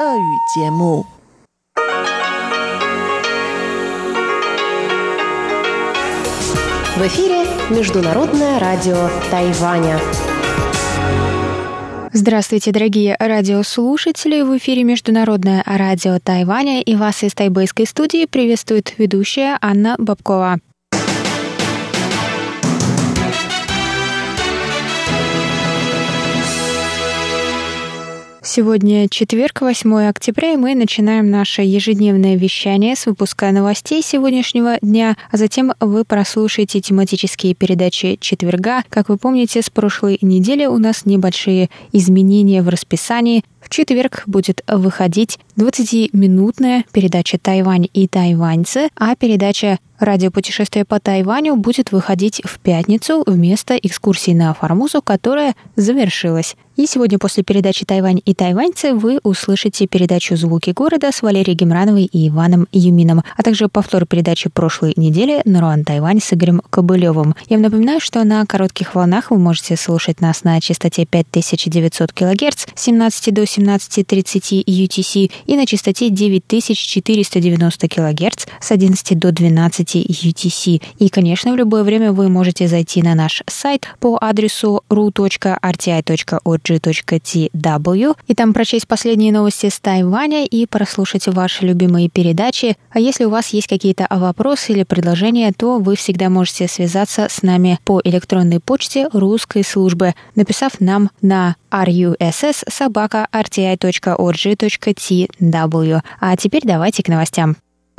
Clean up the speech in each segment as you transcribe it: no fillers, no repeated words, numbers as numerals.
俄语节目。 В эфире Международное радио Тайваня. Здравствуйте, дорогие радиослушатели! В эфире Международное радио Тайваня, и вас из тайбэйской студии приветствует ведущая Анна Бабкова. Сегодня четверг, 8 октября, и мы начинаем наше ежедневное вещание с выпуска новостей сегодняшнего дня, а затем вы прослушаете тематические передачи четверга. Как вы помните, с прошлой недели у нас небольшие изменения в расписании. В четверг будет выходить 20-минутная передача «Тайвань и тайваньцы», а передача «Радиопутешествие по Тайваню» будет выходить в пятницу вместо экскурсии на Формозу, которая завершилась. И сегодня после передачи «Тайвань и тайваньцы» вы услышите передачу «Звуки города» с Валерией Гемрановой и Иваном Юмином, а также повтор передачи прошлой недели «Наруан Тайвань» с Игорем Кобылевым. Я вам напоминаю, что на коротких волнах вы можете слушать нас на частоте 5900 кГц с 17 до 17:30 UTC и на частоте 9490 кГц с 11 до 12 UTC. И, конечно, в любое время вы можете зайти на наш сайт по адресу ru.rti.org.tw и там прочесть последние новости с Тайваня и прослушать ваши любимые передачи. А если у вас есть какие-то вопросы или предложения, то вы всегда можете связаться с нами по электронной почте русской службы, написав нам на russ@rti.org.tw. А теперь давайте к новостям.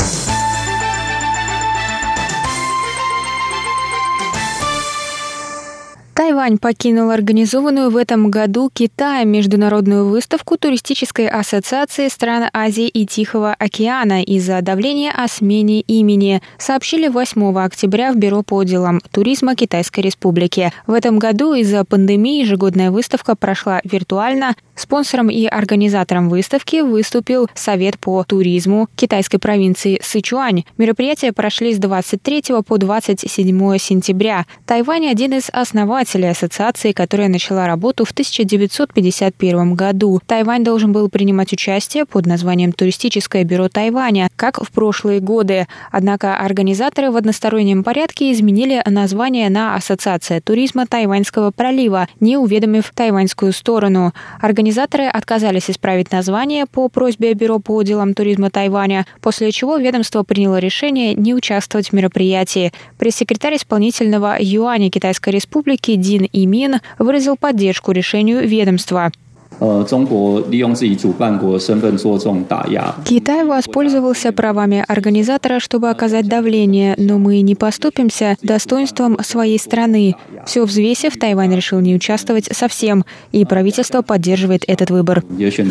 Тайвань покинул организованную в этом году Китаем международную выставку Туристической ассоциации стран Азии и Тихого океана из-за давления о смене имени, сообщили 8 октября в Бюро по делам туризма Китайской Республики. В этом году из-за пандемии ежегодная выставка прошла виртуально. Спонсором и организатором выставки выступил Совет по туризму китайской провинции Сычуань. Мероприятия прошли с 23 по 27 сентября. Тайвань – один из основателей ассоциации, которая начала работу в 1951 году. Тайвань должен был принимать участие под названием «Туристическое бюро Тайваня», как в прошлые годы. Однако организаторы в одностороннем порядке изменили название на «Ассоциация туризма Тайваньского пролива», не уведомив тайваньскую сторону. Организаторы отказались исправить название по просьбе Бюро по делам туризма Тайваня, после чего ведомство приняло решение не участвовать в мероприятии. Пресс-секретарь исполнительного юаня Китайской Республики Дин Имин выразил поддержку решению ведомства. Китай воспользовался правами организатора, чтобы оказать давление, но мы не поступимся достоинством своей страны. Все взвесив, Тайвань решил не участвовать совсем, и правительство поддерживает этот выбор.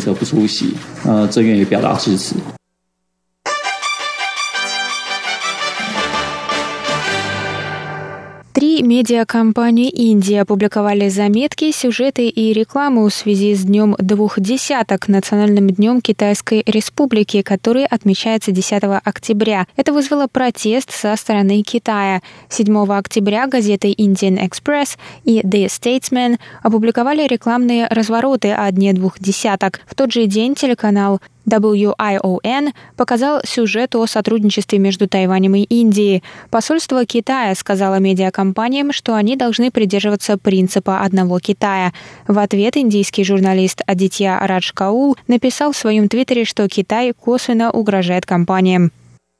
3 медиакомпании Индии опубликовали заметки, сюжеты и рекламу в связи с Днем двух десяток, Национальным днем Китайской Республики, который отмечается 10 октября. Это вызвало протест со стороны Китая. 7 октября газеты Indian Express и The Statesman опубликовали рекламные развороты о Дне двух десяток. В тот же день телеканал WION показал сюжет о сотрудничестве между Тайванем и Индией. Посольство Китая сказало медиакомпаниям, что они должны придерживаться принципа одного Китая. В ответ индийский журналист Адитья Радж Каул написал в своем твиттере, что Китай косвенно угрожает компаниям.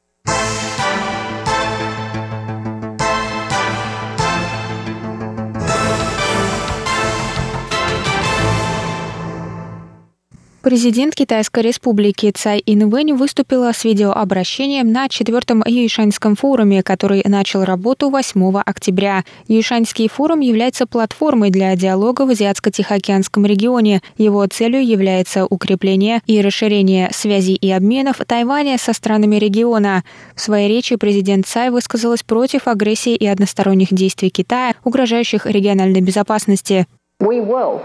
Президент Китайской Республики Цай Инвэнь выступила с видеообращением на 4-м Юйшаньском форуме, который начал работу 8 октября. Юйшаньский форум является платформой для диалога в Азиатско-Тихоокеанском регионе. Его целью является укрепление и расширение связей и обменов Тайваня со странами региона. В своей речи президент Цай высказалась против агрессии и односторонних действий Китая, угрожающих региональной безопасности. We will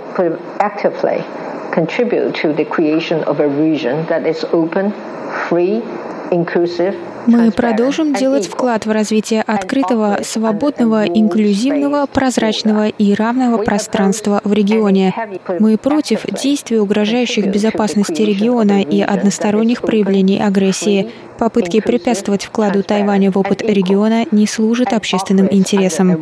actively contribute to the creation of a region that is open, free, Мы продолжим делать вклад в развитие открытого, свободного, инклюзивного, прозрачного и равного пространства в регионе. Мы против действий, угрожающих безопасности региона и односторонних проявлений агрессии. Попытки препятствовать вкладу Тайваня в опыт региона не служат общественным интересам.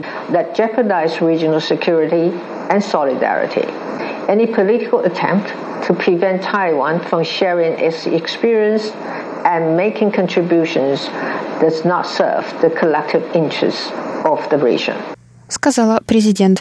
To prevent Taiwan from sharing its experience and making contributions does not serve the collective interests of the region. Сказала президент.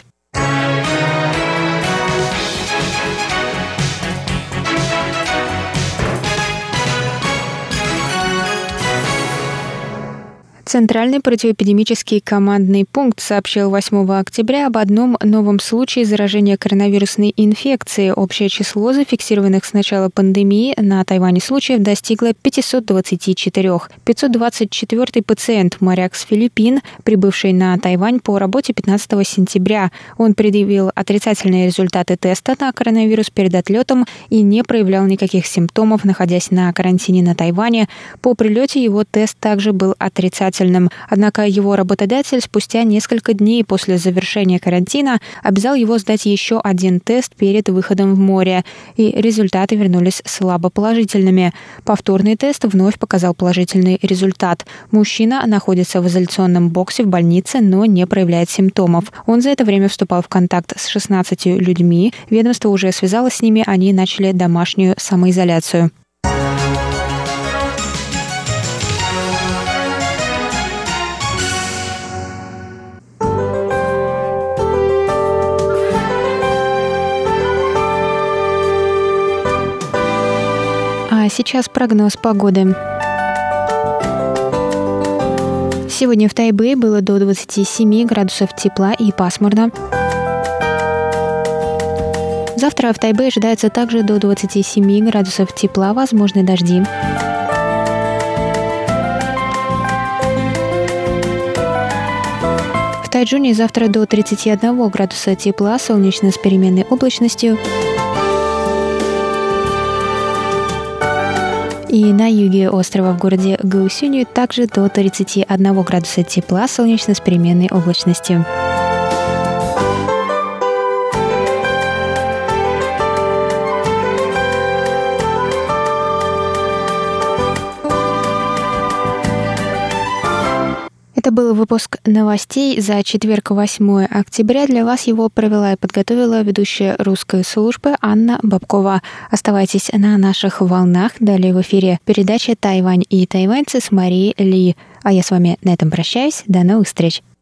Центральный противоэпидемический командный пункт сообщил 8 октября об одном новом случае заражения коронавирусной инфекцией. Общее число зафиксированных с начала пандемии на Тайване случаев достигло 524. 524-й пациент, моряк с Филиппин, прибывший на Тайвань по работе 15 сентября. Он предъявил отрицательные результаты теста на коронавирус перед отлетом и не проявлял никаких симптомов, находясь на карантине на Тайване. По прилете его тест также был отрицательным. Однако его работодатель спустя несколько дней после завершения карантина обязал его сдать еще один тест перед выходом в море, и результаты вернулись слабо положительными. Повторный тест вновь показал положительный результат. Мужчина находится в изоляционном боксе в больнице, но не проявляет симптомов. Он за это время вступал в контакт с 16 людьми. Ведомство уже связалось с ними, они начали домашнюю самоизоляцию. А сейчас прогноз погоды. Сегодня в Тайбэе было до 27 градусов тепла и пасмурно. Завтра в Тайбэе ожидается также до 27 градусов тепла, возможны дожди. В Тайчжуне завтра до 31 градуса тепла, солнечно с переменной облачностью. И на юге острова в городе Гаосюнь также до 31 градуса тепла, солнечно с переменной облачностью. Это был выпуск новостей за четверг, 8 октября. Для вас его провела и подготовила ведущая русской службы Анна Бабкова. Оставайтесь на наших волнах. Далее в эфире передача «Тайвань и тайваньцы» с Марией Ли. А я с вами на этом прощаюсь. До новых встреч.